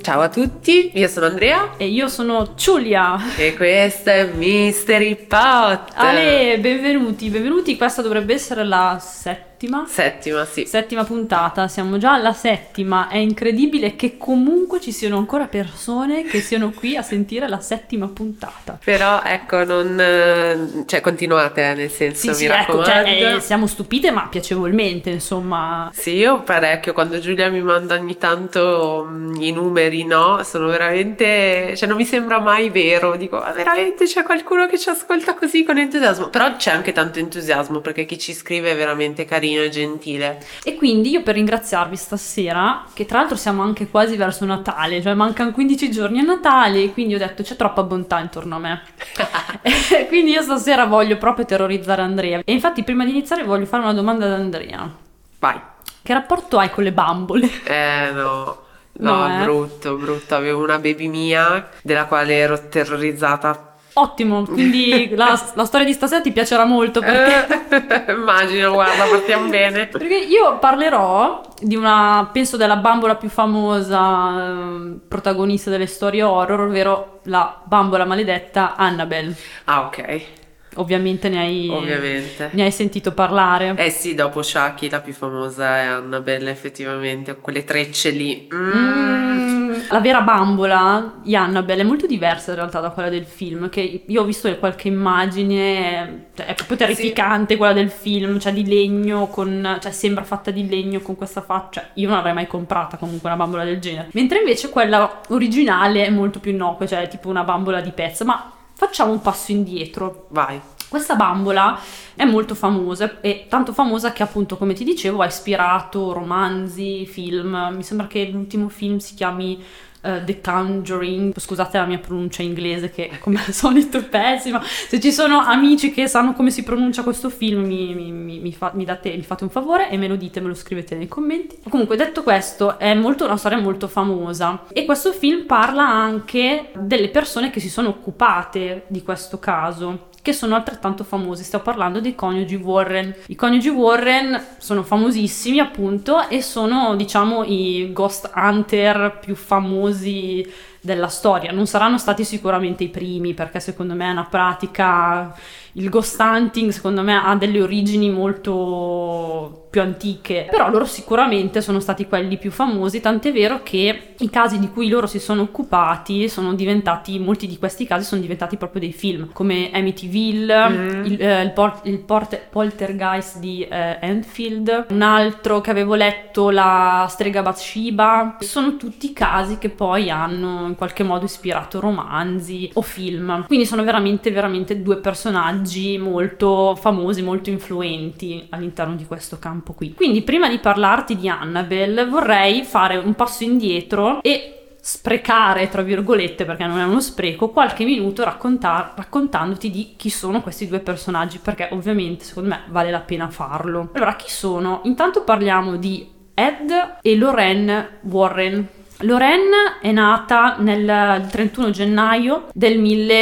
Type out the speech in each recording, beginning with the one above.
Ciao a tutti, io sono Andrea e io sono Giulia e questo è Mystery Pot. Ale, benvenuti, questa dovrebbe essere la settima puntata, siamo già alla settima, è incredibile che comunque ci siano ancora persone che siano qui a sentire la settima puntata. Però ecco, continuate, nel senso, sì, mi raccomando. Ecco, siamo stupite ma piacevolmente, insomma. Sì, io parecchio, quando Giulia mi manda ogni tanto i numeri, no? Sono veramente, non mi sembra mai vero, dico, ma veramente c'è qualcuno che ci ascolta così con entusiasmo? Però c'è anche tanto entusiasmo perché chi ci scrive è veramente carino e gentile. E quindi io, per ringraziarvi stasera, che tra l'altro siamo anche quasi verso Natale, cioè mancano 15 giorni a Natale, e quindi ho detto c'è troppa bontà intorno a me. Quindi io stasera voglio proprio terrorizzare Andrea. E infatti prima di iniziare voglio fare una domanda ad Andrea. Vai. Che rapporto hai con le bambole? No, brutto. Avevo una baby mia della quale ero terrorizzata. Ottimo, quindi la storia di stasera ti piacerà molto perché... Immagino, guarda, partiamo bene. Perché io parlerò di penso della bambola più famosa, protagonista delle storie horror, ovvero la bambola maledetta Annabelle. Ah, ok. Ovviamente ne hai sentito parlare. Eh sì, dopo Chucky la più famosa è Annabelle, effettivamente, quelle trecce lì. La vera bambola di Annabelle è molto diversa in realtà da quella del film, che io ho visto qualche immagine, è proprio terrificante. Sì. Quella del film, di legno, sembra fatta di legno con questa faccia. Io non l'avrei mai comprata comunque una bambola del genere. Mentre invece quella originale è molto più innocua, è tipo una bambola di pezza, ma... Facciamo un passo indietro. Vai. Questa bambola è molto famosa, e tanto famosa che, appunto, come ti dicevo, ha ispirato romanzi, film. Mi sembra che l'ultimo film si chiami The Conjuring. Scusate la mia pronuncia inglese, che come al solito è pessima. Se ci sono amici che sanno come si pronuncia questo film, mi fate un favore e me lo dite, me lo scrivete nei commenti. Comunque, detto questo, è una storia molto famosa, e questo film parla anche delle persone che si sono occupate di questo caso, che sono altrettanto famosi. Stiamo parlando dei coniugi Warren. I coniugi Warren sono famosissimi, appunto, e sono, diciamo, i ghost hunter più famosi della storia. Non saranno stati sicuramente i primi, perché secondo me è una pratica... Il ghost hunting, secondo me, ha delle origini molto più antiche, però loro sicuramente sono stati quelli più famosi, tant'è vero che i casi di cui loro si sono occupati molti di questi casi sono diventati proprio dei film, come Amityville, il Poltergeist di Enfield, un altro che avevo letto, la strega Bathsheba. Sono tutti casi che poi hanno in qualche modo ispirato romanzi o film, quindi sono veramente due personaggi molto famosi, molto influenti all'interno di questo campo qui. Quindi, prima di parlarti di Annabelle, vorrei fare un passo indietro e sprecare, tra virgolette, perché non è uno spreco, qualche minuto raccontandoti di chi sono questi due personaggi, perché ovviamente secondo me vale la pena farlo. Allora, chi sono? Intanto parliamo di Ed e Lorraine Warren. Lorraine è nata il 31 gennaio del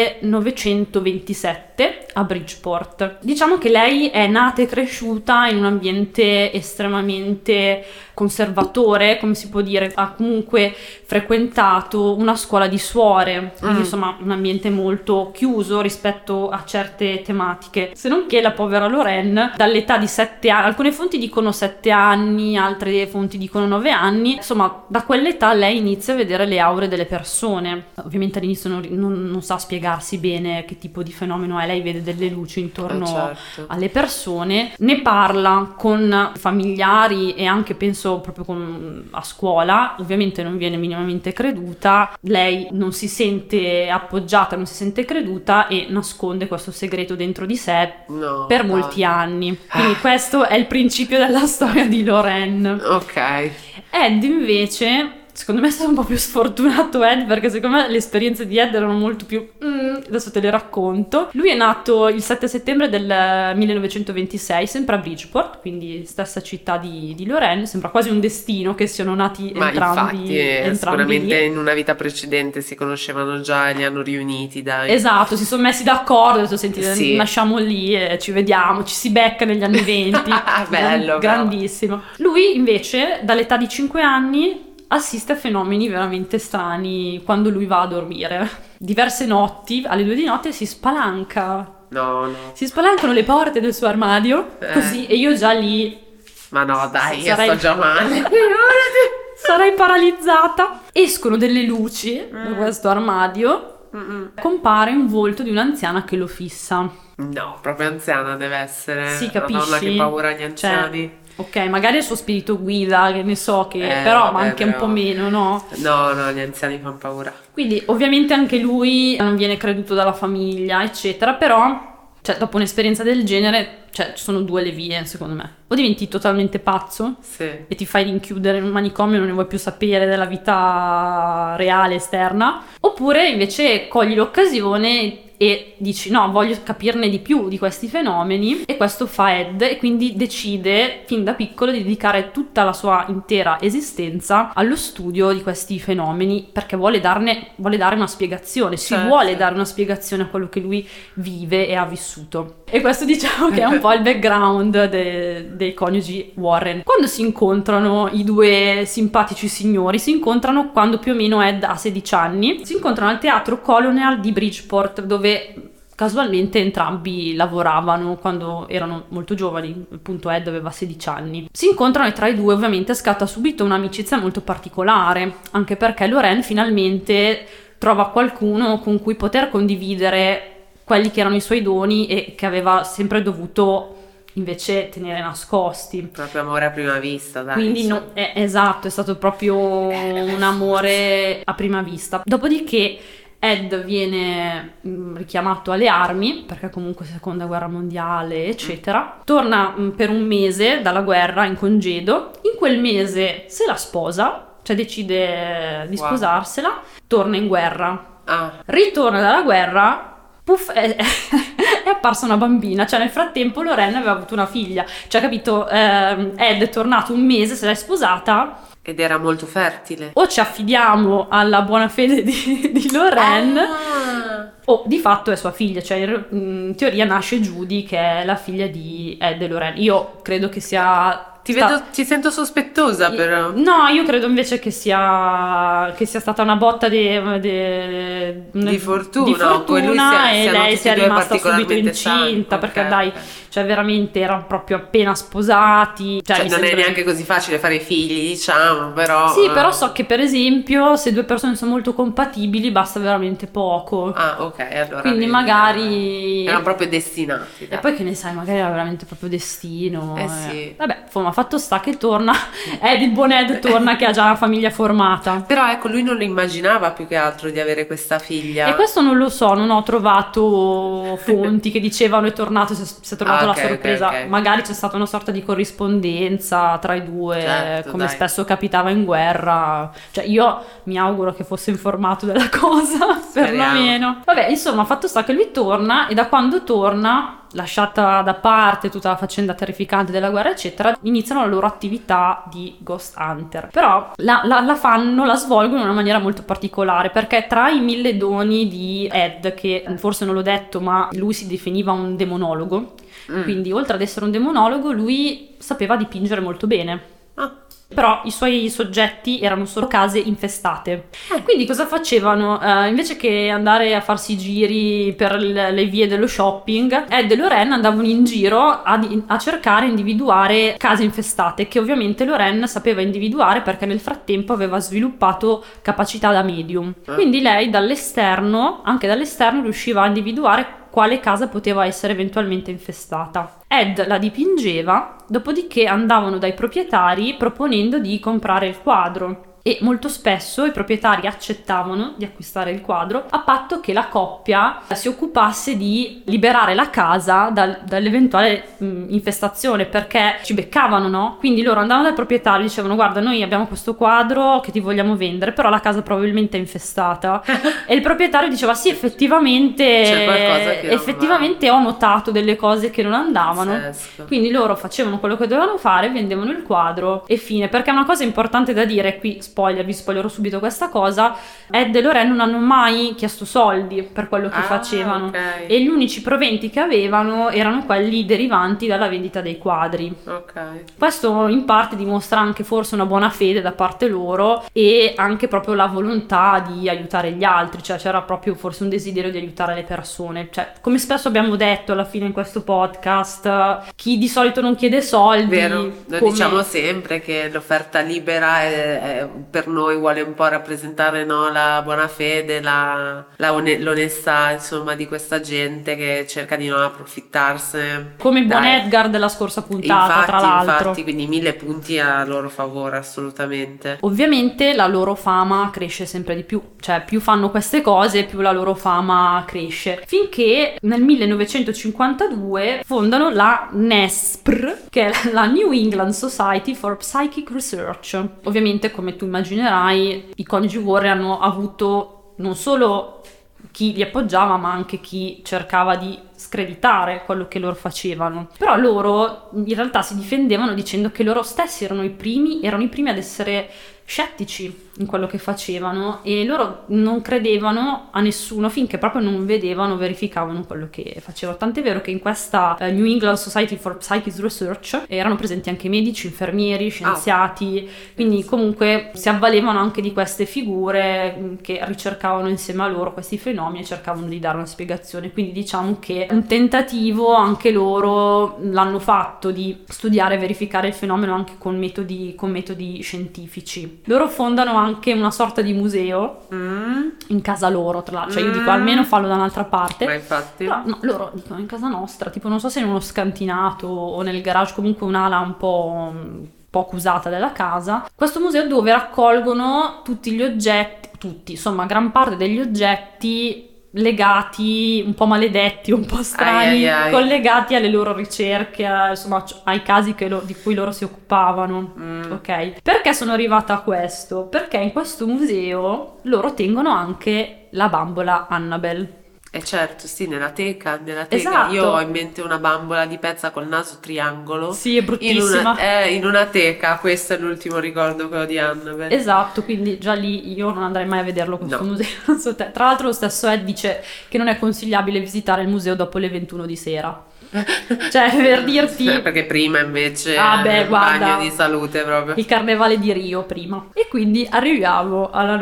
1927 a Bridgeport. Diciamo che lei è nata e cresciuta in un ambiente estremamente conservatore, come si può dire. Ha comunque frequentato una scuola di suore, quindi insomma un ambiente molto chiuso rispetto a certe tematiche. Se non che la povera Lorraine, dall'età di 7 anni, alcune fonti dicono 7 anni, altre fonti dicono 9 anni, insomma da quell'età lei inizia a vedere le aure delle persone. Ovviamente all'inizio non sa spiegarsi bene che tipo di fenomeno è, lei vede delle luci intorno alle persone, ne parla con familiari e anche penso proprio a scuola. Ovviamente non viene minimamente creduta, lei non si sente appoggiata, non si sente creduta e nasconde questo segreto dentro di sé per molti anni. Quindi questo è il principio della storia di Lorraine. Ok. Ed invece... Secondo me è stato un po' più sfortunato Ed, perché secondo me le esperienze di Ed erano molto più... adesso te le racconto. Lui è nato il 7 settembre del 1926, sempre a Bridgeport, quindi stessa città di Lorraine. Sembra quasi un destino che siano nati entrambi sicuramente lì. In una vita precedente si conoscevano già e li hanno riuniti, dai. Esatto, si sono messi d'accordo, adesso senti, sì. Nasciamo lì e ci vediamo, ci si becca negli anni 20. Bello, grandissimo. Lui invece dall'età di 5 anni assiste a fenomeni veramente strani quando lui va a dormire. Diverse notti, alle 2 di notte, si spalanca. No. Si spalancano le porte del suo armadio, così, e io già lì... Ma no, dai, io sto già male. Sarei paralizzata. Escono delle luci da questo armadio. Compare un volto di un'anziana che lo fissa. No, proprio anziana deve essere. Sì, capisci? Madonna, che paura gli anziani. Ok, magari il suo spirito guida, che ne so, però ma anche un po' meno, no? No, gli anziani fanno paura. Quindi ovviamente anche lui non viene creduto dalla famiglia, eccetera, però... Cioè, dopo un'esperienza del genere, ci sono 2 le vie, secondo me. O diventi totalmente pazzo e ti fai rinchiudere in un manicomio e non ne vuoi più sapere della vita reale, esterna, oppure invece cogli l'occasione e dici no, voglio capirne di più di questi fenomeni, e questo fa Ed, e quindi decide fin da piccolo di dedicare tutta la sua intera esistenza allo studio di questi fenomeni, perché vuole dare una spiegazione, vuole dare una spiegazione a quello che lui vive e ha vissuto. E questo diciamo che è un po' il background dei coniugi Warren. Quando si incontrano i 2 simpatici signori, si incontrano quando più o meno Ed ha 16 anni, si incontrano al teatro Colonial di Bridgeport, dove casualmente entrambi lavoravano quando erano molto giovani, appunto Ed aveva 16 anni. Si incontrano e tra i 2 ovviamente scatta subito un'amicizia molto particolare, anche perché Lorraine finalmente trova qualcuno con cui poter condividere quelli che erano i suoi doni e che aveva sempre dovuto invece tenere nascosti. Proprio amore a prima vista, dai. Quindi esatto, è stato proprio un amore a prima vista. Dopodiché Ed viene richiamato alle armi, perché comunque seconda guerra mondiale, eccetera. Torna per un mese dalla guerra in congedo. In quel mese se la sposa, cioè decide di sposarsela, torna in guerra. Ritorna dalla guerra, puff, è apparsa una bambina, cioè nel frattempo Lorraine aveva avuto una figlia, cioè capito, Ed è tornato un mese, se l'è sposata. Ed era molto fertile. O ci affidiamo alla buona fede di Lorraine, o di fatto è sua figlia, cioè in teoria nasce Judy, che è la figlia di Ed e Lorraine. Io credo che sia... Ti sento sospettosa però. No, io credo invece che sia stata una botta di fortuna, e lei sia rimasta subito incinta, perché dai, cioè veramente erano proprio appena sposati. Cioè non è neanche così facile fare figli, diciamo, però... Sì, però so che per esempio se 2 persone sono molto compatibili basta veramente poco. Ok, allora... Quindi magari... Erano proprio destinati. E poi che ne sai, magari era veramente proprio destino. Sì. Vabbè, ma fatto sta che torna, il buon Ed torna che ha già una famiglia formata. Però ecco, lui non lo immaginava più che altro di avere questa figlia. E questo non lo so, non ho trovato fonti che dicevano è tornato, si è trovato la sorpresa. Okay. Magari c'è stata una sorta di corrispondenza tra i 2, certo, come spesso capitava in guerra. Cioè io mi auguro che fosse informato della cosa, perlomeno. Vabbè, insomma, fatto sta che lui torna, e da quando torna, lasciata da parte tutta la faccenda terrificante della guerra eccetera, iniziano la loro attività di ghost hunter. Però la svolgono in una maniera molto particolare, perché tra i 1000 doni di Ed, che forse non l'ho detto ma lui si definiva un demonologo, quindi oltre ad essere un demonologo lui sapeva dipingere molto bene. Però i suoi soggetti erano solo case infestate. Quindi cosa facevano? Invece che andare a farsi giri per le vie dello shopping, Ed e Lorraine andavano in giro a cercare e individuare case infestate, che ovviamente Lorraine sapeva individuare perché nel frattempo aveva sviluppato capacità da medium. Quindi lei anche dall'esterno riusciva a individuare quale casa poteva essere eventualmente infestata. Ed la dipingeva, dopodiché andavano dai proprietari proponendo di comprare il quadro. E molto spesso i proprietari accettavano di acquistare il quadro a patto che la coppia si occupasse di liberare la casa dall'eventuale infestazione, perché ci beccavano, no? Quindi loro andavano dal proprietario e dicevano: guarda, noi abbiamo questo quadro che ti vogliamo vendere, però la casa probabilmente è infestata. E il proprietario diceva: sì, effettivamente c'è qualcosa che effettivamente ho notato delle cose che non andavano. Quindi loro facevano quello che dovevano fare, vendevano il quadro e fine. Perché una cosa importante da dire qui, spoiler, vi spoilerò subito questa cosa, Ed e Lorraine non hanno mai chiesto soldi per quello che facevano, ok. e gli unici proventi che avevano erano quelli derivanti dalla vendita dei quadri. Ok. Questo in parte dimostra anche forse una buona fede da parte loro e anche proprio la volontà di aiutare gli altri, cioè c'era proprio forse un desiderio di aiutare le persone. Cioè, come spesso abbiamo detto alla fine in questo podcast, chi di solito non chiede soldi, Vero, lo come- diciamo sempre che l'offerta libera per noi vuole un po' rappresentare, no, la buona fede, l'onestà, insomma, di questa gente che cerca di non approfittarsene. come il buon Dai. Edgar della scorsa puntata, tra l'altro. Infatti, quindi 1000 punti a loro favore, assolutamente. Ovviamente la loro fama cresce sempre di più, cioè più fanno queste cose, più la loro fama cresce. Finché nel 1952 fondano la NESPR, che è la New England Society for Psychic Research. Ovviamente, come tu immaginerai, i coniugi Warren hanno avuto non solo chi li appoggiava, ma anche chi cercava di screditare quello che loro facevano. Però loro in realtà si difendevano dicendo che loro stessi erano i primi ad essere scettici in quello che facevano, e loro non credevano a nessuno finché proprio non vedevano, verificavano quello che facevano. Tant'è vero che in questa New England Society for Psychic Research erano presenti anche medici, infermieri, scienziati, quindi comunque si avvalevano anche di queste figure che ricercavano insieme a loro questi fenomeni e cercavano di dare una spiegazione. Quindi diciamo che un tentativo anche loro l'hanno fatto di studiare e verificare il fenomeno anche con metodi scientifici. Loro fondano anche una sorta di museo in casa loro, tra l'altro, cioè io dico almeno fallo da un'altra parte. Ma infatti. Però no, loro dicono in casa nostra, tipo non so se in uno scantinato o nel garage, comunque un'ala un po' poco usata della casa. Questo museo dove raccolgono tutti gli oggetti, insomma gran parte degli oggetti legati, un po' maledetti, un po' strani, Ai. collegati alle loro ricerche, insomma ai casi di cui loro si occupavano. Ok? Perché sono arrivata a questo? Perché in questo museo loro tengono anche la bambola Annabelle. Certo, sì, nella teca. Esatto. Io ho in mente una bambola di pezza col naso triangolo. Sì, è bruttissima. In una teca, questo è l'ultimo ricordo che ho di Annabelle. Esatto, quindi già lì io non andrei mai a vederlo questo No. museo. Non so te. Tra l'altro lo stesso Ed dice che non è consigliabile visitare il museo dopo le 21 di sera. Cioè, per dirti... Perché prima invece beh, guarda, bagno di salute proprio. il carnevale di Rio prima. E quindi arriviamo alla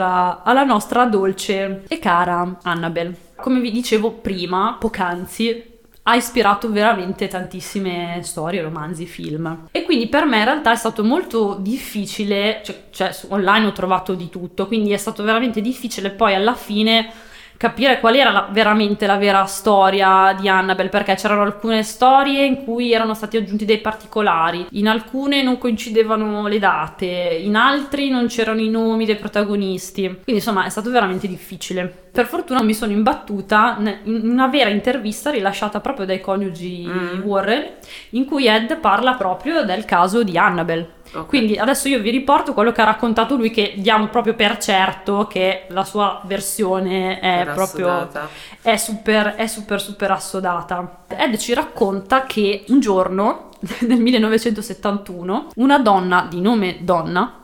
nostra dolce e cara Annabelle. Come vi dicevo prima, poc'anzi, ha ispirato veramente tantissime storie, romanzi, film. E quindi per me in realtà è stato molto difficile, cioè online ho trovato di tutto, quindi è stato veramente difficile poi alla fine capire qual era veramente la vera storia di Annabelle, perché c'erano alcune storie in cui erano stati aggiunti dei particolari, in alcune non coincidevano le date, in altri non c'erano i nomi dei protagonisti, quindi insomma è stato veramente difficile. Per fortuna mi sono imbattuta in una vera intervista rilasciata proprio dai coniugi Warren, in cui Ed parla proprio del caso di Annabelle. Ok. Quindi adesso io vi riporto quello che ha raccontato lui, che diamo proprio per certo che la sua versione è Era proprio assodata. è super assodata. Ed ci racconta che un giorno nel 1971 una donna di nome Donna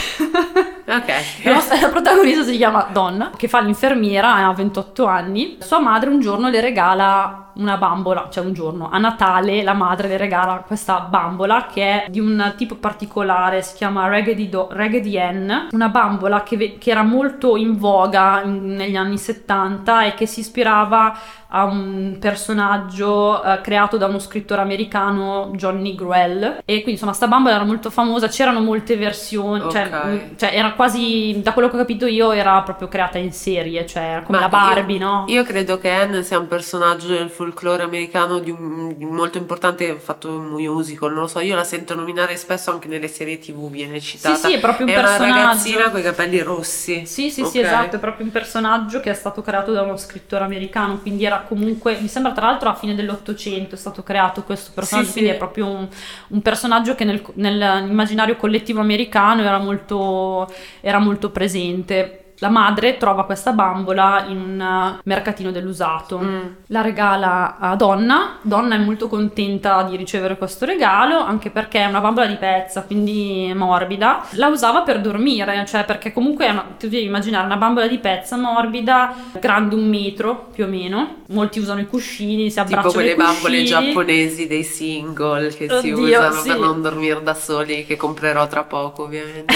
Ok. la protagonista si chiama Donna, che fa l'infermiera, ha 28 anni. Sua madre un giorno le regala una bambola, cioè un giorno a Natale la madre le regala questa bambola che è di un tipo particolare, si chiama Raggedy Ann, una bambola che era molto in voga negli anni 70 e che si ispirava a un personaggio creato da uno scrittore americano, Johnny Gruelle, e quindi insomma sta bambola era molto famosa, c'erano molte versioni, Ok. cioè era quasi, da quello che ho capito io, era proprio creata in serie, cioè come la Barbie, no? Io credo che Anne sia un personaggio del folklore americano di molto importante, ha fatto un musical, non lo so, io la sento nominare spesso anche nelle serie TV, viene citata. Sì, è proprio un È una personaggio. ragazzina con i capelli rossi. Sì, Ok. esatto, è proprio un personaggio che è stato creato da uno scrittore americano, quindi era comunque, mi sembra tra l'altro a fine dell'Ottocento è stato creato questo personaggio, Sì, quindi sì. è proprio un personaggio che nell'immaginario collettivo americano era molto presente. La madre trova questa bambola in un mercatino dell'usato, la regala a Donna è molto contenta di ricevere questo regalo, anche perché è una bambola di pezza, quindi morbida. La usava per dormire, cioè perché comunque tu devi immaginare una bambola di pezza morbida, grande 1 metro più o meno. Molti usano i cuscini, si abbracciano tipo quelle i cuscini. bambole giapponesi dei single che si Oddio, usano sì. per non dormire da soli, che comprerò tra poco ovviamente.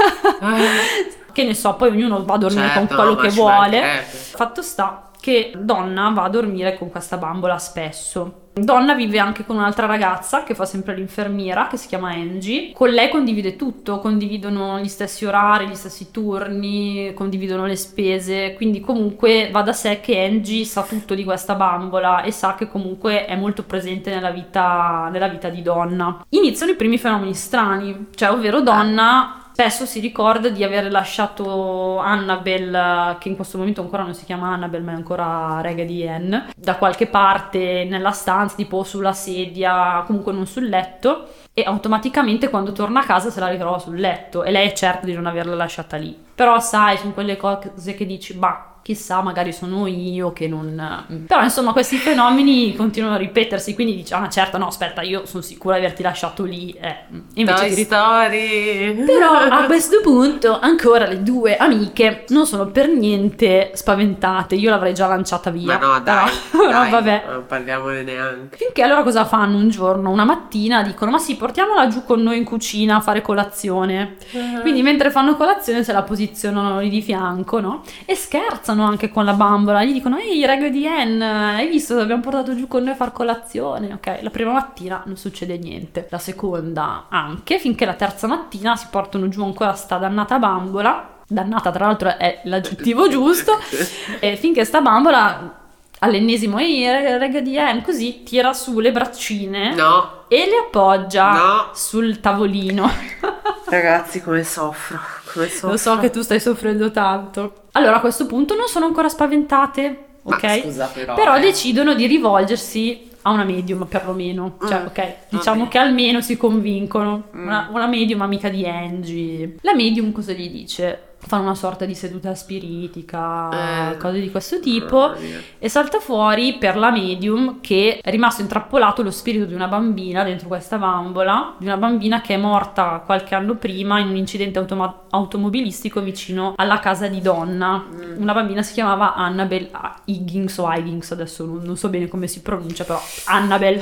Che ne so, poi ognuno va a dormire Certo, con quello ma che ci vuole. mancherebbe. Fatto sta che Donna va a dormire con questa bambola spesso. Donna vive anche con un'altra ragazza che fa sempre l'infermiera, che si chiama Angie. Con lei condivide tutto, condividono gli stessi orari, gli stessi turni, condividono le spese, quindi comunque va da sé che Angie sa tutto di questa bambola e sa che comunque è molto presente nella vita di Donna. Iniziano i primi fenomeni strani, cioè ovvero Donna spesso si ricorda di aver lasciato Annabelle, che in questo momento ancora non si chiama Annabelle ma è ancora Raggedy Ann, da qualche parte nella stanza, tipo sulla sedia, comunque non sul letto, e automaticamente quando torna a casa se la ritrova sul letto e lei è certa di non averla lasciata lì. Però sai, sono quelle cose che dici, bah, chissà, magari sono io che non... Però insomma questi fenomeni continuano a ripetersi, quindi dici, ah certo, no, aspetta, io sono sicura di averti lasciato lì. Invece Toy Story. Però a questo punto ancora le due amiche non sono per niente spaventate, io l'avrei già lanciata via. Ma no, dai, Però dai, vabbè. non parliamone neanche. Finché allora cosa fanno un giorno? Una mattina dicono, ma sì, portiamola giù con noi in cucina a fare colazione. Quindi mentre fanno colazione se la posizionano lì di fianco, no? E scherzano anche con la bambola, gli dicono, ehi Raggedy Ann, hai visto, l'abbiamo portato giù con noi a far colazione. Ok, la prima mattina non succede niente, la seconda anche, finché la terza mattina si portano giù ancora sta dannata bambola. Dannata tra l'altro è l'aggettivo giusto. E finché sta bambola all'ennesimo, ehi Raggedy Ann, così tira su le braccine No, e le appoggia no. sul tavolino. Ragazzi, come soffro, come soffro. Lo so che tu stai soffrendo tanto. Allora a questo punto non sono ancora spaventate, ok? Ma scusa però, decidono di rivolgersi a una medium perlomeno. Cioè, ok, diciamo ok. che almeno si convincono. Una medium amica di Angie. La medium cosa gli dice? Fanno una sorta di seduta spiritica, cose di questo tipo, mamma mia. e salta fuori per la medium che è rimasto intrappolato lo spirito di una bambina dentro questa bambola, di una bambina che è morta qualche anno prima in un incidente automobilistico vicino alla casa di Donna. Una bambina si chiamava Annabelle Higgins o Higgins, adesso non so bene come si pronuncia, però Annabelle.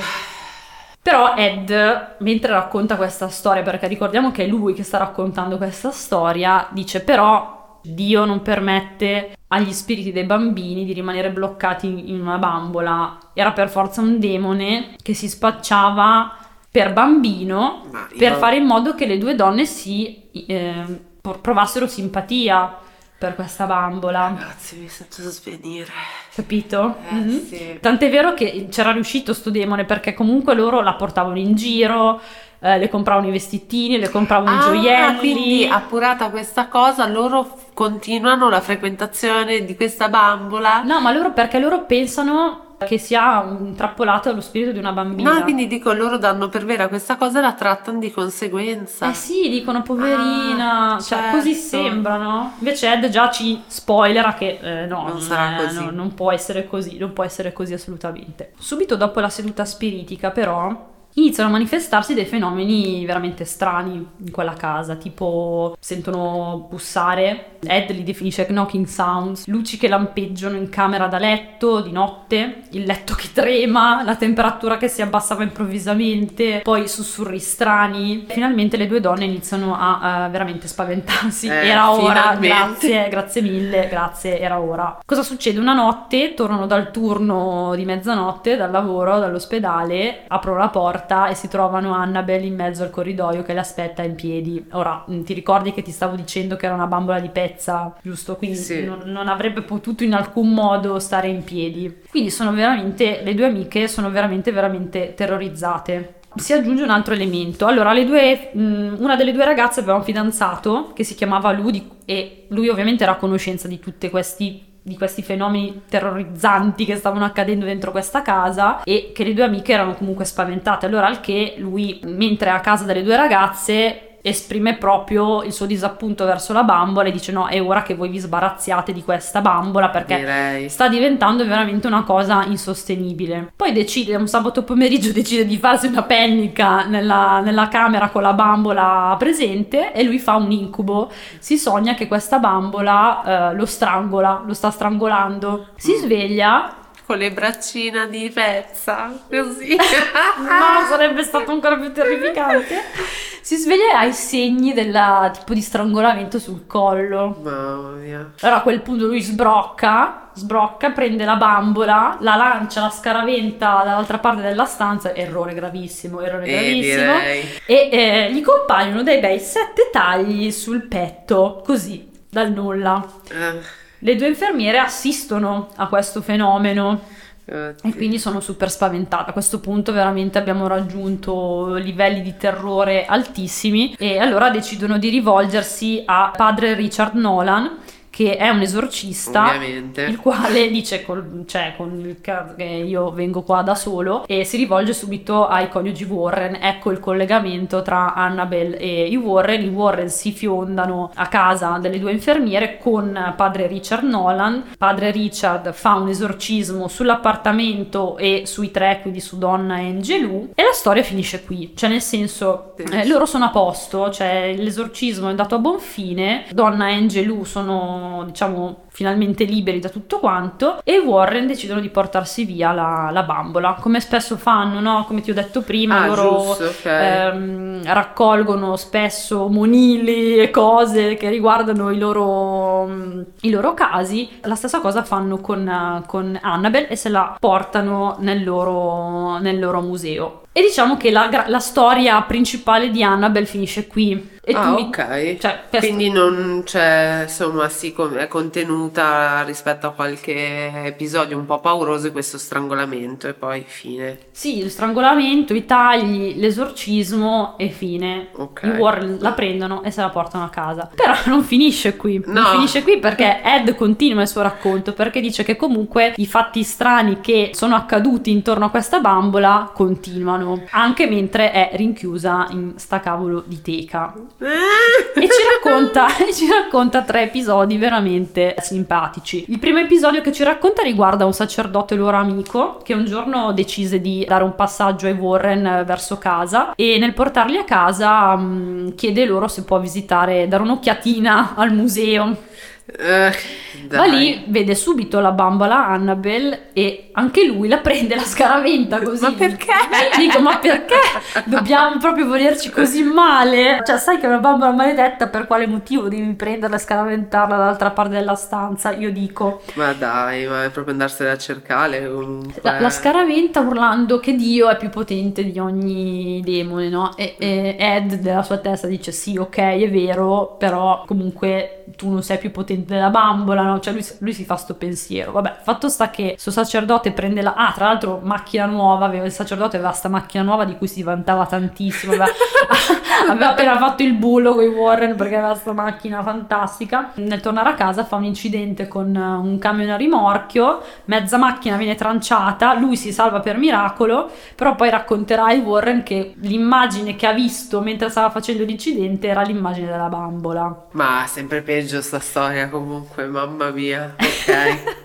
Però Ed, mentre racconta questa storia, perché ricordiamo che è lui che sta raccontando questa storia, dice però Dio non permette agli spiriti dei bambini di rimanere bloccati in una bambola. Era per forza un demone che si spacciava per bambino per fare in modo che le due donne provassero simpatia per questa bambola. Ragazzi, mi sento svenire. Capito? Sì. Tant'è vero che c'era riuscito sto demone, perché comunque loro la portavano in giro, le compravano i vestitini, le compravano i gioielli. Quindi appurata questa cosa, loro continuano la frequentazione di questa bambola. No, ma perché loro pensano che sia intrappolato allo spirito di una bambina. No, quindi dico, loro danno per vera questa cosa e la trattano di conseguenza. Eh sì, dicono poverina, cioè certo. così sembra, no? Invece Ed già ci spoilera che no, Non sarà così. no, non può essere così, non può essere così assolutamente. Subito dopo la seduta spiritica, però, iniziano a manifestarsi dei fenomeni veramente strani in quella casa, tipo sentono bussare, Ed li definisce knocking sounds, luci che lampeggiano in camera da letto di notte, il letto che trema, la temperatura che si abbassava improvvisamente, poi sussurri strani. Finalmente le due donne iniziano a veramente spaventarsi. Era ora, grazie mille, era ora. Cosa succede? Una notte tornano dal turno di mezzanotte, dal lavoro, dall'ospedale, aprono la porta e si trovano Annabelle in mezzo al corridoio che le aspetta in piedi. Ora, ti ricordi che ti stavo dicendo che era una bambola di pezza, giusto? Quindi sì. non avrebbe potuto in alcun modo stare in piedi. Quindi le due amiche sono veramente terrorizzate. Si aggiunge un altro elemento. Allora, una delle due ragazze aveva un fidanzato che si chiamava Lou e lui ovviamente era a conoscenza di tutti questi fenomeni terrorizzanti che stavano accadendo dentro questa casa e che le due amiche erano comunque spaventate. Allora, al che lui, mentre è a casa delle due ragazze, esprime proprio il suo disappunto verso la bambola e dice no, è ora che voi vi sbarazziate di questa bambola perché sta diventando veramente una cosa insostenibile. Poi decide, un sabato pomeriggio decide di farsi una pennica nella camera con la bambola presente e lui fa un incubo, si sogna che questa bambola lo strangola, lo sta strangolando, si sveglia con le braccine di pezza, così. No, sarebbe stato ancora più terrificante. Si sveglia e ha i segni del tipo di strangolamento sul collo. Mamma mia. Allora a quel punto lui sbrocca, prende la bambola, la lancia, la scaraventa dall'altra parte della stanza, errore gravissimo. Direi. E gli compaiono dei bei 7 tagli sul petto, così, dal nulla. Le 2 infermiere assistono a questo fenomeno e quindi sono super spaventata. A questo punto veramente abbiamo raggiunto livelli di terrore altissimi e allora decidono di rivolgersi a padre Richard Nolan, che è un esorcista, ovviamente, il quale dice con il caso che io vengo qua da solo, e si rivolge subito ai coniugi Warren. Ecco il collegamento tra Annabelle e i Warren. I Warren si fiondano a casa delle 2 infermiere con padre Richard Nolan. Padre Richard fa un esorcismo sull'appartamento e sui 3, quindi su Donna e Angelou, e la storia finisce qui, cioè nel senso loro sono a posto, cioè l'esorcismo è andato a buon fine, Donna e Angelou sono, diciamo, finalmente liberi da tutto quanto, e Warren decidono di portarsi via la bambola, come spesso fanno, no? Come ti ho detto prima, loro giusto, okay. Raccolgono spesso monili e cose che riguardano i loro casi. La stessa cosa fanno con Annabelle e se la portano nel loro museo. E diciamo che la storia principale di Annabelle finisce qui. E ok. Cioè, quindi non c'è, insomma, sì, è contenuta rispetto a qualche episodio un po' pauroso questo strangolamento e poi fine. Sì, il strangolamento, i tagli, l'esorcismo e fine. Okay. I Warren la prendono e se la portano a casa. Però non finisce qui. No. Non finisce qui perché Ed continua il suo racconto, perché dice che comunque i fatti strani che sono accaduti intorno a questa bambola continuano, anche mentre è rinchiusa in sta cavolo di teca. E ci racconta 3 episodi veramente simpatici. Il primo episodio che ci racconta riguarda un sacerdote loro amico che un giorno decise di dare un passaggio ai Warren verso casa, e nel portarli a casa chiede loro se può dare un'occhiatina al museo. Va lì, vede subito la bambola Annabelle e anche lui la prende, la scaraventa così. Ma perché? Dico, ma perché dobbiamo proprio volerci così male? Cioè, sai che è una bambola maledetta, per quale motivo devi prenderla e scaraventarla dall'altra parte della stanza? Io dico, ma dai, ma è proprio andarsela a cercare comunque. La scaraventa urlando che Dio è più potente di ogni demone, no? E Ed nella sua testa dice sì, ok, è vero, però comunque tu non sei più potente della bambola, no? Cioè lui si fa sto pensiero. Vabbè, fatto sta che sto sacerdote prende tra l'altro macchina nuova, il sacerdote aveva sta macchina nuova di cui si vantava tantissimo, aveva appena fatto il bullo con i Warren perché aveva sta macchina fantastica. Nel tornare a casa fa un incidente con un camion a rimorchio, mezza macchina viene tranciata, lui si salva per miracolo, però poi racconterà ai Warren che l'immagine che ha visto mentre stava facendo l'incidente era l'immagine della bambola. Ma sempre peggio sta storia comunque, mamma mia. Ok.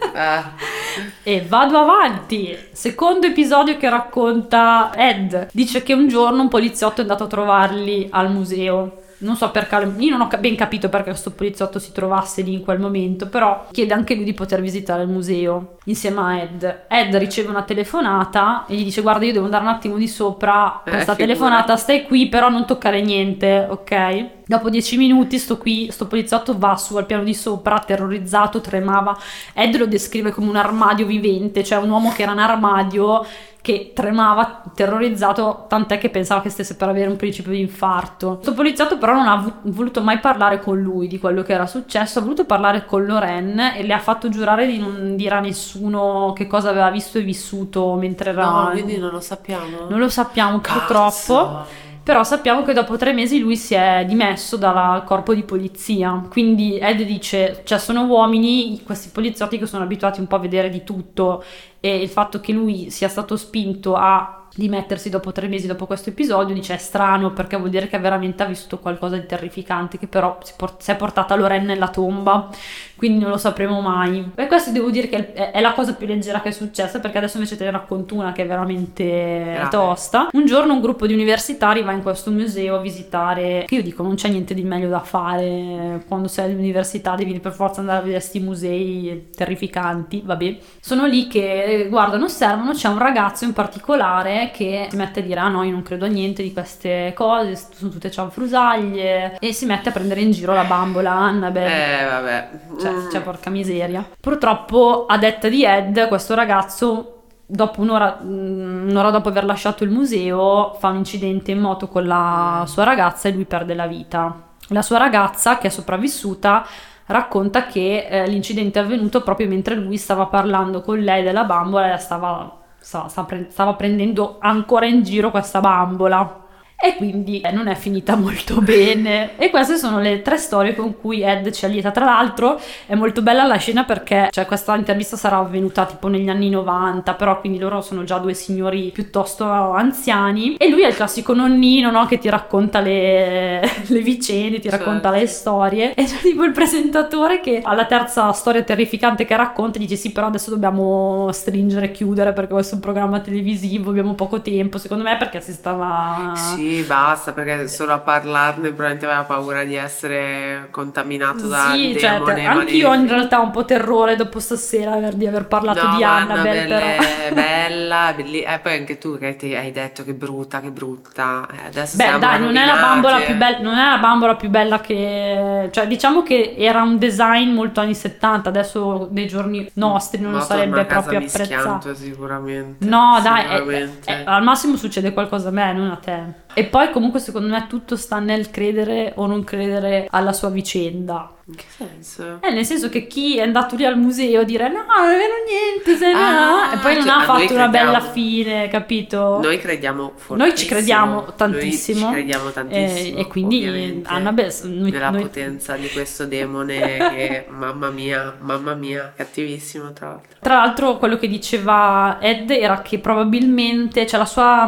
E vado avanti. Secondo episodio che racconta Ed, dice che un giorno un poliziotto è andato a trovarli al museo. Non so perché, io non ho ben capito perché questo poliziotto si trovasse lì in quel momento, però chiede anche lui di poter visitare il museo insieme a Ed. Ed riceve una telefonata e gli dice: guarda, io devo andare un attimo di sopra, questa telefonata, stai qui però non toccare niente, ok? Dopo 10 minuti sto poliziotto va su al piano di sopra, terrorizzato, tremava. Ed lo descrive come un armadio vivente, cioè un uomo che era un armadio che tremava, terrorizzato, tant'è che pensava che stesse per avere un principio di infarto. Questo poliziotto però non ha voluto mai parlare con lui di quello che era successo, ha voluto parlare con Lorraine e le ha fatto giurare di non dire a nessuno che cosa aveva visto e vissuto mentre era... No, quindi non lo sappiamo? Non lo sappiamo, purtroppo. Però sappiamo che dopo 3 mesi lui si è dimesso dal corpo di polizia. Quindi Ed dice, cioè sono uomini, questi poliziotti che sono abituati un po' a vedere di tutto, e il fatto che lui sia stato spinto a dimettersi dopo 3 mesi dopo questo episodio. Dice è strano perché vuol dire che veramente ha vissuto qualcosa di terrificante, che però si è portata Lorraine nella tomba, quindi non lo sapremo mai. E questo devo dire che è la cosa più leggera che è successa, perché adesso invece te ne racconto una che è veramente tosta. Un giorno un gruppo di universitari va in questo museo a visitare, che io dico non c'è niente di meglio da fare quando sei all'università, devi per forza andare a vedere questi musei terrificanti, vabbè. Sono lì che guardano, osservano, c'è un ragazzo in particolare che si mette a dire ah no, io non credo a niente di queste cose, sono tutte cianfrusaglie, e si mette a prendere in giro la bambola Annabelle. Vabbè. Cioè porca miseria. Purtroppo, a detta di Ed, questo ragazzo dopo un'ora dopo aver lasciato il museo fa un incidente in moto con la sua ragazza e lui perde la vita. La sua ragazza, che è sopravvissuta, racconta che l'incidente è avvenuto proprio mentre lui stava parlando con lei della bambola e stava prendendo ancora in giro questa bambola. E quindi non è finita molto bene. E queste sono le 3 storie con cui Ed ci allieta. Tra l'altro è molto bella la scena perché questa intervista sarà avvenuta tipo negli anni 90, però quindi loro sono già 2 signori piuttosto anziani e lui è il classico nonnino, no? Che ti racconta le vicende, ti racconta le storie, e c'è tipo il presentatore che alla terza storia terrificante che racconta dice sì, però adesso dobbiamo stringere e chiudere perché questo è un programma televisivo, abbiamo poco tempo, secondo me, perché si stava... Sì, basta, perché solo a parlarne probabilmente aveva paura di essere contaminato da demone. Anch'io ho in realtà un po' terrore dopo stasera di aver parlato di Annabelle, però. È bella, poi anche tu che hai detto che brutta. Adesso non è la bambola più bella, non è la bambola più bella che... Cioè, diciamo che era un design molto anni 70, adesso nei giorni nostri non lo sarebbe proprio apprezzato. Sicuramente. No, dai, al massimo succede qualcosa a me, non a te. E poi comunque secondo me tutto sta nel credere o non credere alla sua vicenda. In che senso? Nel senso che chi è andato lì al museo a dire no, non è vero niente, e poi non ha fatto una bella fine, capito? Noi crediamo fortissimo. Noi ci crediamo tantissimo. E quindi Annabelle, nella potenza di questo demone che mamma mia, cattivissimo tra l'altro. Tra l'altro quello che diceva Ed era che probabilmente, cioè la sua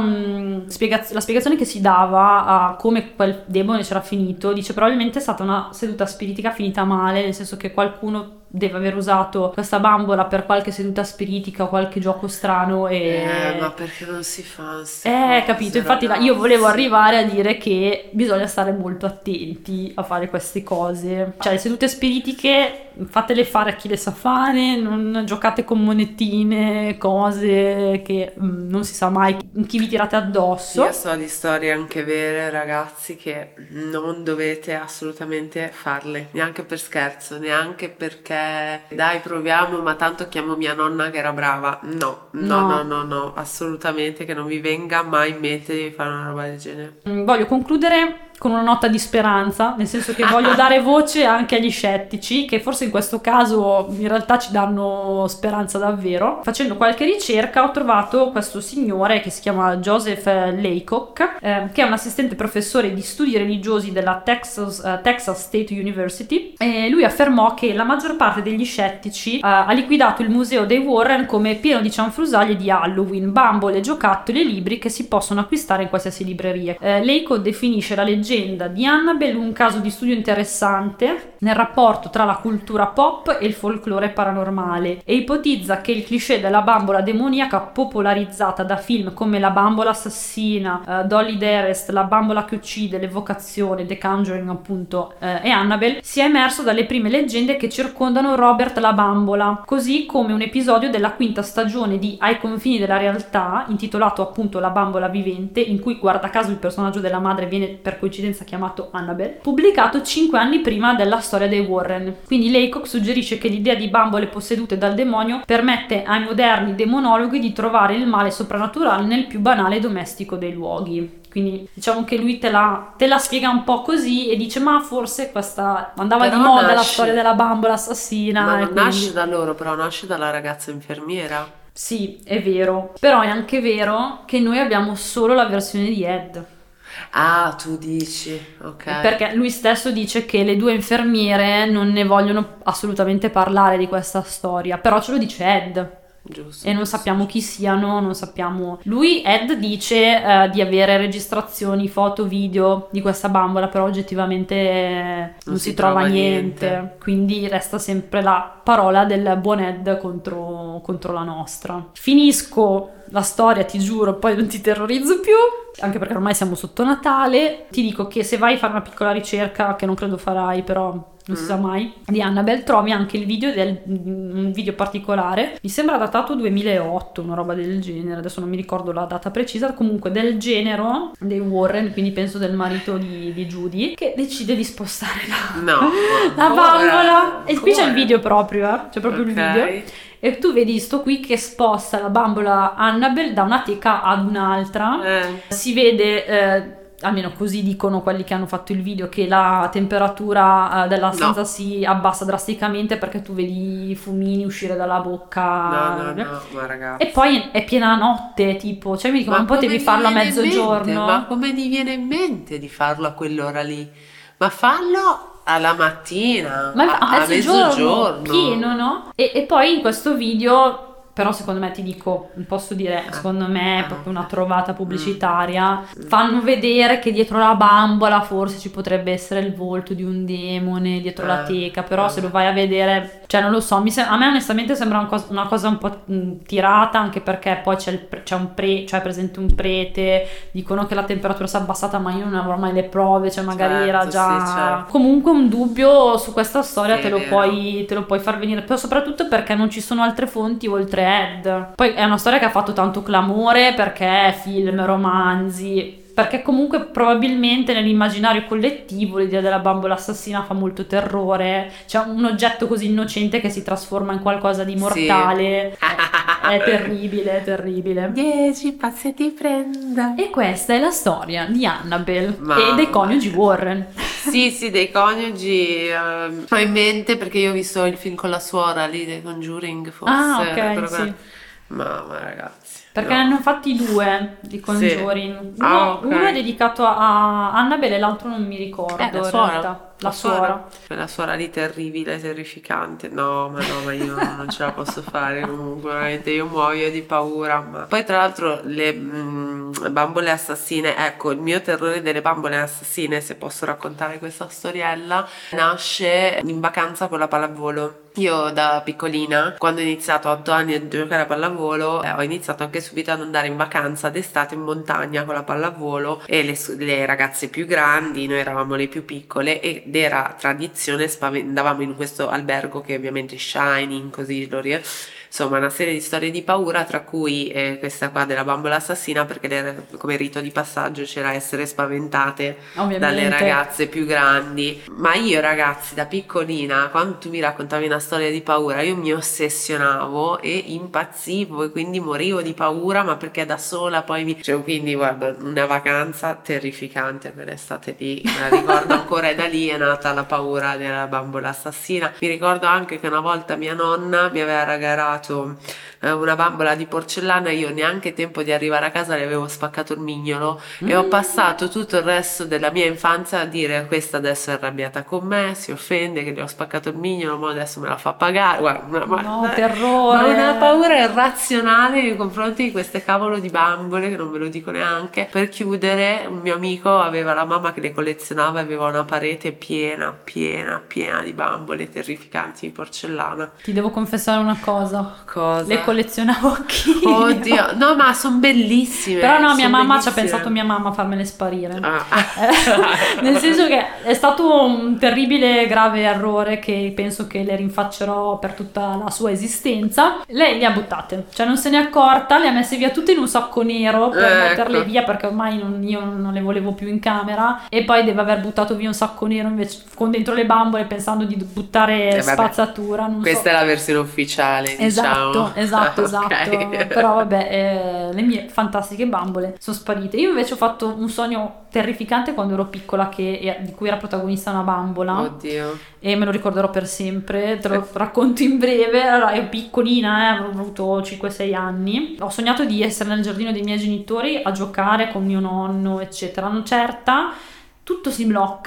la spiegazione che si dava a come quel demone c'era finito, dice probabilmente è stata una seduta spiritica finita male, nel senso che qualcuno deve aver usato questa bambola per qualche seduta spiritica o qualche gioco strano ma perché non si fa? Capito, infatti io volevo arrivare a dire che bisogna stare molto attenti a fare queste cose, cioè le sedute spiritiche fatele fare a chi le sa fare, non giocate con monetine, cose che non si sa mai in chi vi tirate addosso. Io so di storie anche vere, ragazzi, che non dovete assolutamente farle, neanche per scherzo, neanche perché dai proviamo, ma tanto chiamo mia nonna che era brava. No, assolutamente, che non vi venga mai in mente di fare una roba del genere. Voglio concludere con una nota di speranza, nel senso che voglio dare voce anche agli scettici, che forse in questo caso in realtà ci danno speranza davvero. Facendo qualche ricerca ho trovato questo signore che si chiama Joseph Laycock, che è un assistente professore di studi religiosi della Texas State University, e lui affermò che la maggior parte degli scettici ha liquidato il museo dei Warren come pieno di cianfrusaglie di Halloween, bambole, giocattoli e libri che si possono acquistare in qualsiasi libreria. Laycock definisce la leggenda di Annabelle un caso di studio interessante nel rapporto tra la cultura pop e il folklore paranormale, e ipotizza che il cliché della bambola demoniaca popolarizzata da film come La bambola assassina, Dolly Darest, La bambola che uccide, L'evocazione, The Conjuring appunto, e Annabelle sia emerso dalle prime leggende che circondano Robert la bambola, così come un episodio della 5ª stagione di Ai confini della realtà, intitolato appunto La bambola vivente, in cui guarda caso il personaggio della madre viene per coincidenza chiamato Annabelle, pubblicato 5 anni prima della storia dei Warren. Quindi Laycock suggerisce che l'idea di bambole possedute dal demonio permette ai moderni demonologhi di trovare il male soprannaturale nel più banale e domestico dei luoghi. Quindi diciamo che lui te la spiega un po' così e dice ma forse questa andava di moda la storia della bambola assassina. Ma non nasce da loro, però nasce dalla ragazza infermiera. Sì, è vero, però è anche vero che noi abbiamo solo la versione di Ed. Ah, tu dici, ok. Perché lui stesso dice che le 2 infermiere non ne vogliono assolutamente parlare di questa storia, però ce lo dice Ed. giusto. E non sappiamo chi siano, non sappiamo. Lui, Ed, dice di avere registrazioni, foto, video di questa bambola, però oggettivamente non si trova niente. Quindi resta sempre la parola del buon Ed contro la nostra. Finisco la storia, ti giuro, poi non ti terrorizzo più, anche perché ormai siamo sotto Natale. Ti dico che se vai a fare una piccola ricerca, che non credo farai, però non si sa mai, di Annabelle, trovi anche il video un video particolare, mi sembra datato 2008, una roba del genere, adesso non mi ricordo la data precisa, comunque del genero dei Warren, quindi penso del marito di Judy, che decide di spostare la bambola. E qui c'è il video proprio, c'è proprio il video. E tu vedi sto qui che sposta la bambola Annabelle da una teca ad un'altra. Si vede, almeno così dicono quelli che hanno fatto il video, che la temperatura della stanza si abbassa drasticamente, perché tu vedi i fumini uscire dalla bocca. No, ma ragazzi. E poi è piena notte, tipo, cioè mi dico, ma non potevi farlo a mezzogiorno? Ma come ti viene in mente di farlo a quell'ora lì? Ma fallo alla mattina, ma a mezzogiorno, pieno, no? E poi in questo video, però secondo me, ti dico, posso dire, secondo me è proprio una trovata pubblicitaria, fanno vedere che dietro la bambola forse ci potrebbe essere il volto di un demone dietro la teca, però se lo vai a vedere, cioè non lo so, a me onestamente sembra una cosa un po' tirata, anche perché poi c'è presente un prete, dicono che la temperatura si è abbassata, ma io non avrò mai le prove, cioè magari era già... Sì, certo. Comunque un dubbio su questa storia te lo puoi far venire, però soprattutto perché non ci sono altre fonti oltre Ed. Poi è una storia che ha fatto tanto clamore perché film, romanzi, perché comunque probabilmente nell'immaginario collettivo l'idea della bambola assassina fa molto terrore, cioè un oggetto così innocente che si trasforma in qualcosa di mortale. È terribile, è terribile. 10 passi ti prenda. E questa è la storia di Annabelle e dei coniugi Warren. Sì, dei coniugi. Ho in mente perché io ho visto il film con la suora lì dei Conjuring, forse. Ah, ok, sì. Ma ragazzi. Perché ne hanno fatti 2 di Conjuring. Sì. Uno è dedicato a Annabelle e l'altro non mi ricordo. La suora. La suora. Quella suora lì terribile, terrificante. No, ma io non ce la posso fare comunque, veramente io muoio di paura. Ma poi tra l'altro le bambole assassine, ecco, il mio terrore delle bambole assassine, se posso raccontare questa storiella, nasce in vacanza con la pallavolo. Io da piccolina, quando ho iniziato a 8 anni a giocare a pallavolo, ho iniziato anche subito ad andare in vacanza d'estate in montagna con la pallavolo, e le ragazze più grandi, noi eravamo le più piccole, ed era tradizione, andavamo in questo albergo che ovviamente Shining, così insomma una serie di storie di paura, tra cui questa qua della bambola assassina, perché come rito di passaggio c'era essere spaventate dalle ragazze più grandi. Ma io, ragazzi, da piccolina, quando tu mi raccontavi una storia di paura, io mi ossessionavo e impazzivo, e quindi morivo di paura, ma perché da sola poi quindi guarda, una vacanza terrificante quell'estate lì, me la ricordo ancora, e da lì è nata la paura della bambola assassina. Mi ricordo anche che una volta mia nonna mi aveva regalato una bambola di porcellana, io neanche tempo di arrivare a casa le avevo spaccato il mignolo, e ho passato tutto il resto della mia infanzia a dire: questa adesso è arrabbiata con me, si offende che le ho spaccato il mignolo, ma adesso me la fa pagare. Guarda, terrore, ma una paura irrazionale nei confronti di queste cavolo di bambole, che non ve lo dico neanche. Per chiudere, un mio amico aveva la mamma che le collezionava, aveva una parete piena di bambole terrificanti di porcellana. Ti devo confessare una cosa. Le collezionavo anch'io. Oddio, no, ma sono bellissime. Però no, mia mamma ci ha pensato a farmele sparire. Nel senso che è stato un terribile, grave errore che penso che le rinfaccerò per tutta la sua esistenza. Lei le ha buttate, cioè non se n'è accorta, le ha messe via tutte in un sacco nero per metterle via, perché ormai io non le volevo più in camera, e poi deve aver buttato via un sacco nero invece con dentro le bambole, pensando di buttare spazzatura. Questa è la versione ufficiale, esatto, diciamo. Esatto. Okay. Però vabbè, le mie fantastiche bambole sono sparite. Io invece ho fatto un sogno terrificante quando ero piccola, di cui era protagonista una bambola. Oddio. E me lo ricorderò per sempre, te lo racconto in breve. Allora, ero piccolina, avrò avuto 5-6 anni. Ho sognato di essere nel giardino dei miei genitori a giocare con mio nonno, eccetera. A una certa tutto si blocca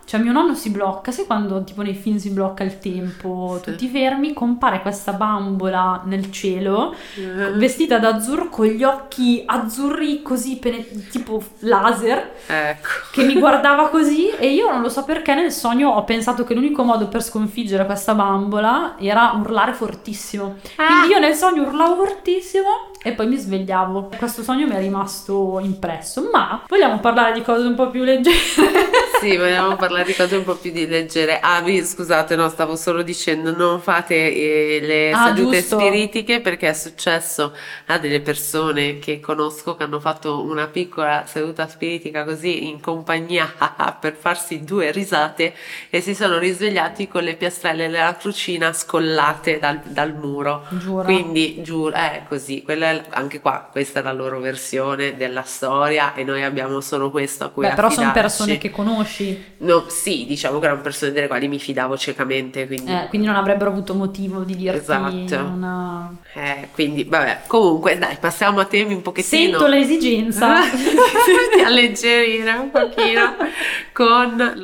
cioè mio nonno si blocca, sai quando tipo nei film si blocca il tempo, tutti fermi, compare questa bambola nel cielo, vestita d'azzurro con gli occhi azzurri così tipo laser, Ecco. che mi guardava così, e io non lo so perché nel sogno ho pensato che l'unico modo per sconfiggere questa bambola era urlare fortissimo. Quindi io nel sogno urlavo fortissimo e poi mi svegliavo. Questo sogno mi è rimasto impresso, ma vogliamo parlare di cose un po' più leggere? Sì, vogliamo parlare di cose un po' più leggere. Scusate, no, stavo solo dicendo, non fate le sedute giusto. spiritiche, perché è successo a delle persone che conosco che hanno fatto una piccola seduta spiritica così in compagnia per farsi 2 risate e si sono risvegliati con le piastrelle della crucina scollate dal muro. Giuro. Quindi giuro, è così. Anche qua, questa è la loro versione della storia e noi abbiamo solo questo a cui Beh, però sono affidarci. persone che conosci. No, sì, diciamo che erano persone delle quali mi fidavo ciecamente, Quindi non avrebbero avuto motivo di dirti Esatto. una... quindi vabbè, comunque dai, passiamo a temi un pochettino Sento l'esigenza. di alleggerire un pochino con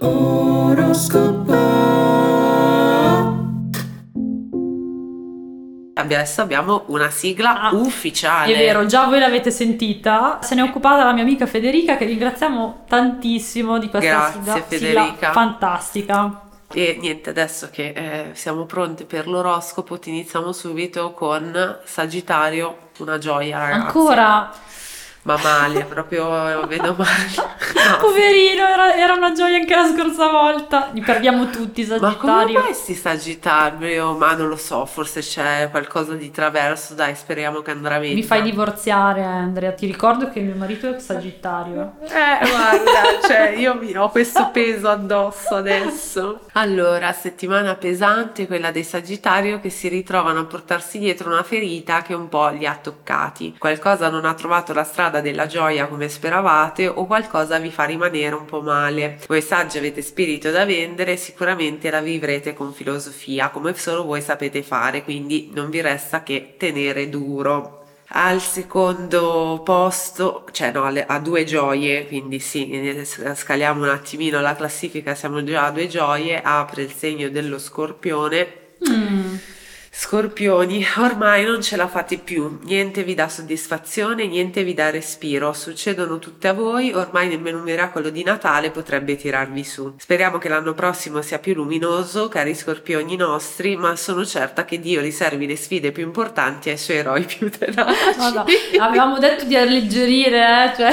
adesso abbiamo una sigla ufficiale. È vero, già voi l'avete sentita. Se ne è occupata la mia amica Federica, che ringraziamo tantissimo di questa Grazie, sigla Federica. fantastica. E niente, adesso che siamo pronti per l'oroscopo, ti iniziamo subito con Sagittario, una gioia, ragazzi. Ancora, Ma male, proprio vedo male. No. poverino, era una gioia anche la scorsa volta. Li perdiamo tutti, Ma come Sagittario. mai sti Sagittario? Ma non lo so, forse c'è qualcosa di traverso, dai, speriamo che andrà meglio. Mi fai divorziare, Andrea. Ti ricordo che mio marito è Sagittario. Guarda, cioè io ho questo peso addosso adesso. Allora, settimana pesante, quella dei Sagittario che si ritrovano a portarsi dietro una ferita che un po' li ha toccati. Qualcosa non ha trovato la strada della gioia come speravate o qualcosa vi fa rimanere un po' male. Voi saggi avete spirito da vendere, sicuramente la vivrete con filosofia, come solo voi sapete fare, quindi non vi resta che tenere duro. Al secondo posto, cioè no, a 2 gioie, quindi sì, scaliamo un attimino la classifica, siamo già a 2 gioie, apre il segno dello Scorpione. Scorpioni, ormai non ce la fate più, niente vi dà soddisfazione, niente vi dà respiro, succedono tutte a voi, ormai nemmeno un miracolo di Natale potrebbe tirarvi su. Speriamo che l'anno prossimo sia più luminoso, cari Scorpioni nostri, ma sono certa che Dio riservi le sfide più importanti ai suoi eroi più tenaci. Guarda, avevamo detto di alleggerire, cioè...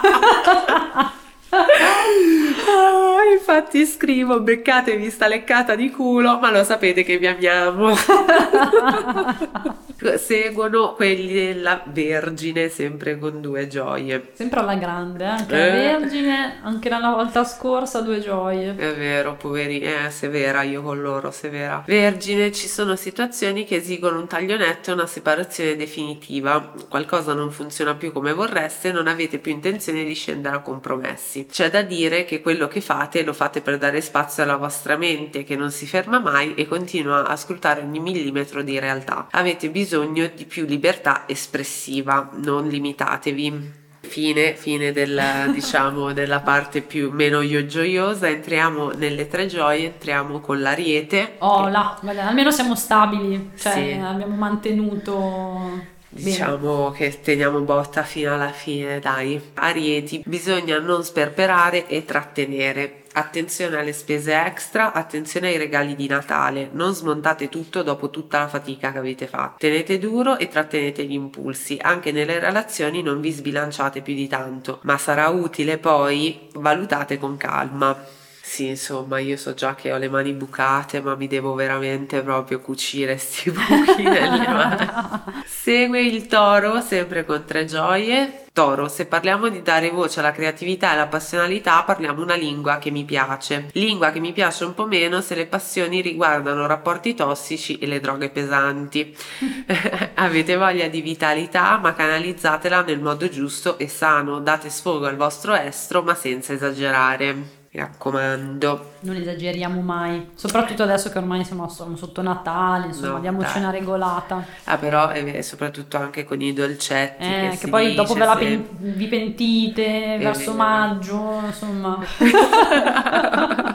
Infatti scrivo, beccatevi sta leccata di culo, ma lo sapete che vi amiamo. Seguono quelli della Vergine, sempre con 2 gioie. Sempre alla grande, anche la Vergine, anche la volta scorsa 2 gioie. È vero, poveri, severa io con loro, severa. Vergine, ci sono situazioni che esigono un taglio netto e una separazione definitiva. Qualcosa non funziona più come vorreste e non avete più intenzione di scendere a compromessi. C'è da dire che quello che fate lo fate per dare spazio alla vostra mente, che non si ferma mai e continua a scrutare ogni millimetro di realtà. Avete bisogno di più libertà espressiva, non limitatevi. Fine diciamo della parte più meno gioiosa. Entriamo nelle 3 gioie, entriamo con l'Ariete. Almeno siamo stabili, cioè Sì. abbiamo mantenuto... Diciamo che teniamo botta fino alla fine, dai. Arieti, bisogna non sperperare e trattenere. Attenzione alle spese extra, attenzione ai regali di Natale, non smontate tutto dopo tutta la fatica che avete fatto. Tenete duro e trattenete gli impulsi, anche nelle relazioni non vi sbilanciate più di tanto, ma sarà utile poi, valutate con calma. Sì, insomma, io so già che ho le mani bucate, ma mi devo veramente proprio cucire sti buchi nelle mani. Segue il Toro, sempre con 3 gioie. Toro, se parliamo di dare voce alla creatività e alla passionalità, parliamo una lingua che mi piace. Lingua che mi piace un po' meno se le passioni riguardano rapporti tossici e le droghe pesanti. Avete voglia di vitalità, ma canalizzatela nel modo giusto e sano. Date sfogo al vostro estro, ma senza esagerare. Mi raccomando. Non esageriamo mai, soprattutto adesso che ormai siamo sotto Natale, insomma, No, diamoci dai. una regolata. Però soprattutto anche con i dolcetti Che si poi dopo dice vi pentite verso vero. maggio, insomma.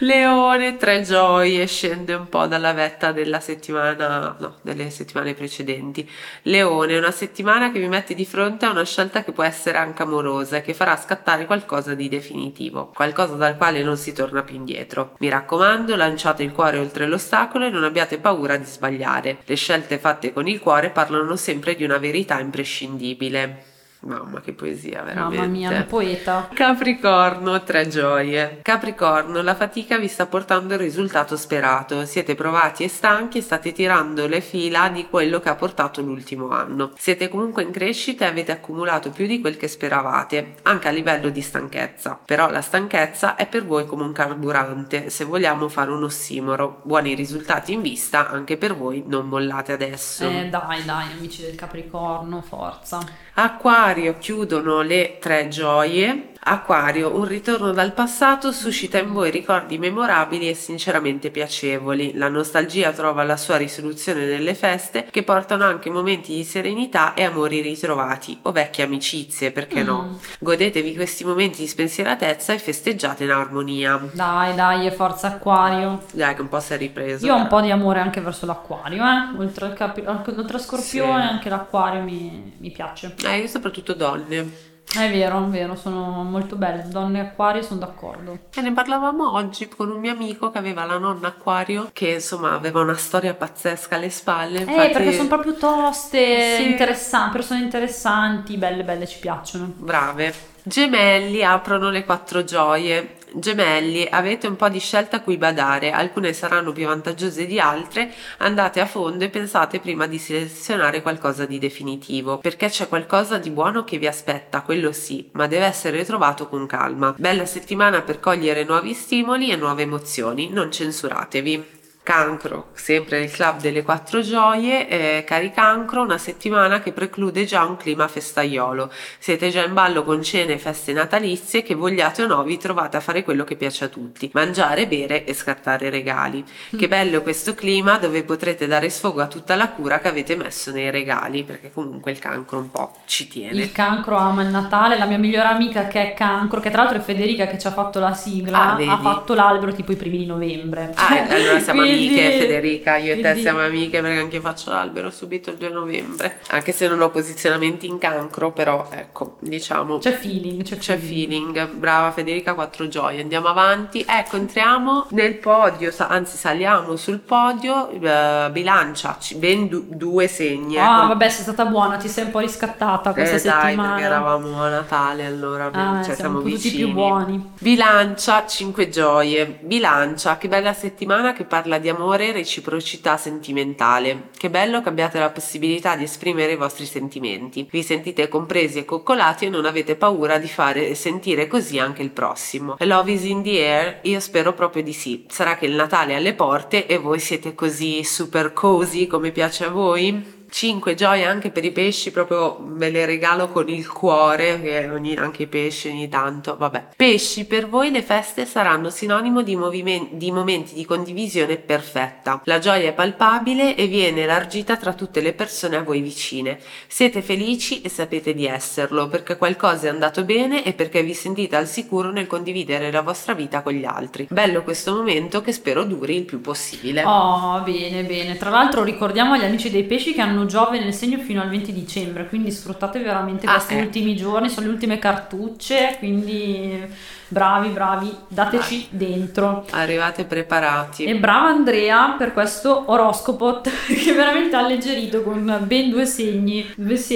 Leone, tre gioie, scende un po' dalla vetta della settimana, no, delle settimane precedenti. Leone, una settimana che vi mette di fronte a una scelta che può essere anche amorosa e che farà scattare qualcosa di definitivo, qualcosa dal quale non si torna più indietro. Mi raccomando, lanciate il cuore oltre l'ostacolo e non abbiate paura di sbagliare. Le scelte fatte con il cuore parlano sempre di una verità imprescindibile. Mamma, che poesia, veramente. Mamma mia, un poeta. Capricorno, tre gioie. Capricorno, la fatica vi sta portando il risultato sperato. Siete provati e stanchi e state tirando le fila di quello che ha portato l'ultimo anno. Siete comunque in crescita e avete accumulato più di quel che speravate, anche a livello di stanchezza. Però la stanchezza è per voi come un carburante, se vogliamo fare un ossimoro. Buoni risultati in vista, anche per voi, non mollate adesso. Dai, amici del Capricorno, forza. Acquario, chiudono le tre gioie. Acquario, un ritorno dal passato suscita in voi ricordi memorabili e sinceramente piacevoli. La nostalgia trova la sua risoluzione nelle feste, che portano anche momenti di serenità e amori ritrovati, o vecchie amicizie, perché no? Godetevi questi momenti di spensieratezza e festeggiate in armonia. Dai, forza Acquario. Dai, che un po' si è ripreso. Io ho un po' di amore anche verso l'Acquario, oltre al Scorpione, Sì. anche l'Acquario mi piace. Io soprattutto donne. È vero, sono molto belle. Donne Acquario, sono d'accordo. E ne parlavamo oggi con un mio amico che aveva la nonna Acquario, che insomma aveva una storia pazzesca alle spalle. Infatti... perché sono proprio toste, Sì. interessanti, persone interessanti, belle, ci piacciono. Brave. Gemelli, aprono le quattro gioie. Gemelli, avete un po' di scelta a cui badare, alcune saranno più vantaggiose di altre, andate a fondo e pensate prima di selezionare qualcosa di definitivo, perché c'è qualcosa di buono che vi aspetta, quello sì, ma deve essere trovato con calma. Bella settimana per cogliere nuovi stimoli e nuove emozioni, non censuratevi. Cancro, sempre nel club delle quattro gioie, cari Cancro, una settimana che preclude già un clima festaiolo. Siete già in ballo con cene e feste natalizie, che vogliate o no vi trovate a fare quello che piace a tutti, mangiare, bere e scattare regali. Che bello questo clima dove potrete dare sfogo a tutta la cura che avete messo nei regali, perché comunque il Cancro un po' ci tiene. Il Cancro ama il Natale, la mia migliore amica che è Cancro, che tra l'altro è Federica che ci ha fatto la sigla, vedi? ha fatto l'albero tipo i primi di novembre. Allora siamo Quindi- amiche, Federica, io e te quindi- siamo amiche, perché anche io faccio l'albero subito il 2 novembre, anche se non ho posizionamenti in Cancro, però ecco, diciamo C'è feeling. c'è feeling. Brava Federica, quattro gioie. Andiamo avanti. Ecco, entriamo nel podio, anzi saliamo sul podio. Bilancia, ben due segni. Vabbè, sei stata buona, ti sei un po' riscattata questa Dai, settimana. perché eravamo a Natale, allora siamo tutti vicini. più buoni. Bilancia, cinque gioie. Bilancia, che bella settimana che parla di amore e reciprocità sentimentale. Che bello che abbiate la possibilità di esprimere i vostri sentimenti. Vi sentite compresi e coccolati e non avete paura di fare sentire così anche il prossimo. Love is in the air? Io spero proprio di sì. Sarà che il Natale è alle porte e voi siete così super cozy come piace a voi? 5 gioie anche per i pesci, proprio ve le regalo con il cuore, che anche i pesci ogni tanto, vabbè. Pesci, per voi le feste saranno sinonimo di momenti di condivisione perfetta. La gioia è palpabile e viene elargita tra tutte le persone a voi vicine. Siete felici e sapete di esserlo, perché qualcosa è andato bene e perché vi sentite al sicuro nel condividere la vostra vita con gli altri. Bello questo momento che spero duri il più possibile. Oh, bene. Tra l'altro ricordiamo agli amici dei pesci che hanno Giove nel segno fino al 20 dicembre, quindi sfruttate veramente questi ultimi giorni, sono le ultime cartucce, quindi bravi, dateci dentro. Arrivate preparati. E brava Andrea per questo oroscopo che veramente ha alleggerito con ben due segni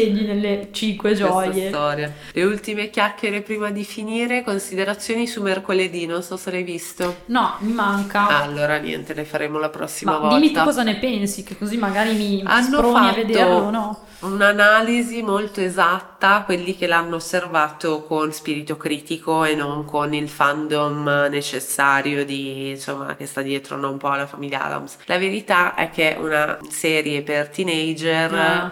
nelle 5 gioie. Questa storia. Le ultime chiacchiere prima di finire, considerazioni su mercoledì, non so se l'hai visto. No, mi manca. Allora niente, le faremo la prossima volta. Dimmi tu cosa ne pensi, che così magari mi Hanno sproni a vederlo, no? Un'analisi molto esatta, quelli che l'hanno osservato con spirito critico e non con il fandom necessario di, insomma, che sta dietro un po' alla famiglia Adams. La verità è che è una serie per teenager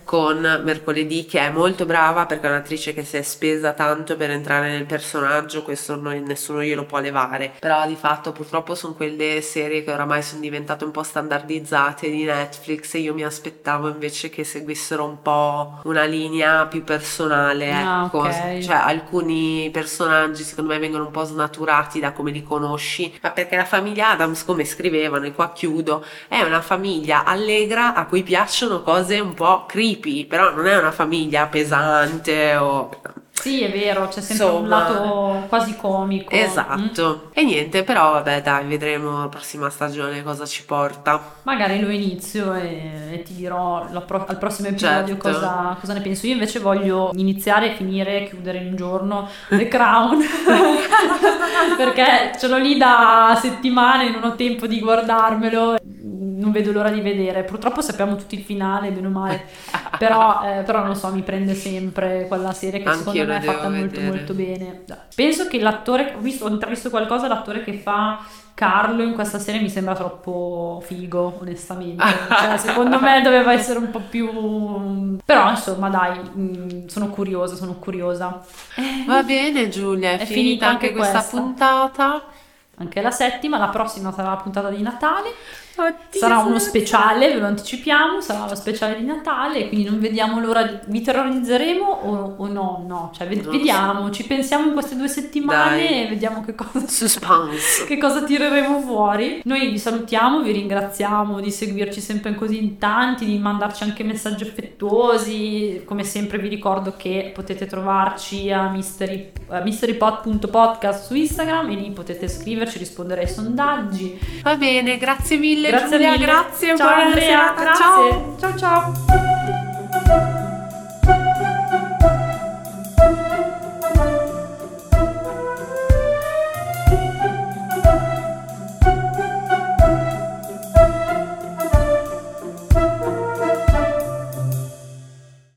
con Mercoledì, che è molto brava perché è un'attrice che si è spesa tanto per entrare nel personaggio, questo nessuno glielo può levare, però di fatto purtroppo sono quelle serie che oramai sono diventate un po' standardizzate di Netflix e io mi aspettavo invece che seguissero un po' una linea più personale, ecco. ok. Cioè alcuni personaggi secondo me vengono un po' snaturati da come li conosci, ma perché la famiglia Adams, come scrivevano, e qua chiudo, è una famiglia allegra a cui piacciono cose un po' creepy, però non è una famiglia pesante o... Sì, è vero, c'è sempre un Insomma, lato quasi comico. esatto. E niente, però vabbè, dai, vedremo la prossima stagione cosa ci porta. Magari lo inizio e ti dirò al prossimo episodio Certo. cosa ne penso. Io invece voglio iniziare, finire, chiudere in un giorno The Crown perché ce l'ho lì da settimane, non ho tempo di guardarmelo, non vedo l'ora di vedere. Purtroppo sappiamo tutti il finale, bene o male, però non so, mi prende sempre quella serie che Anch'io secondo me è la fatta devo molto vedere. molto bene. Penso che l'attore, ho intravisto qualcosa, l'attore che fa Carlo in questa serie mi sembra troppo figo, onestamente. Cioè, secondo me doveva essere un po' più... Però, insomma, dai, sono curiosa. Va bene, Giulia, è finita anche questa puntata. Anche la settima, la prossima sarà la puntata di Natale. Oddio, Sarà uno sono speciale, ve lo anticipiamo, sarà lo speciale di Natale, quindi non vediamo l'ora vi terrorizzeremo o no? No, cioè Non lo vediamo, ci pensiamo in queste 2 settimane Dai. e vediamo che cosa... suspense. Che cosa tireremo fuori? Noi vi salutiamo, vi ringraziamo di seguirci sempre così in tanti, di mandarci anche messaggi affettuosi. Come sempre vi ricordo che potete trovarci a mysterypod.podcast su Instagram e lì potete scriverci, rispondere ai sondaggi. Va bene, grazie mille Grazie Giulia, mille. grazie, Ciao buona Andrea, serata, grazie. ciao. Ciao ciao.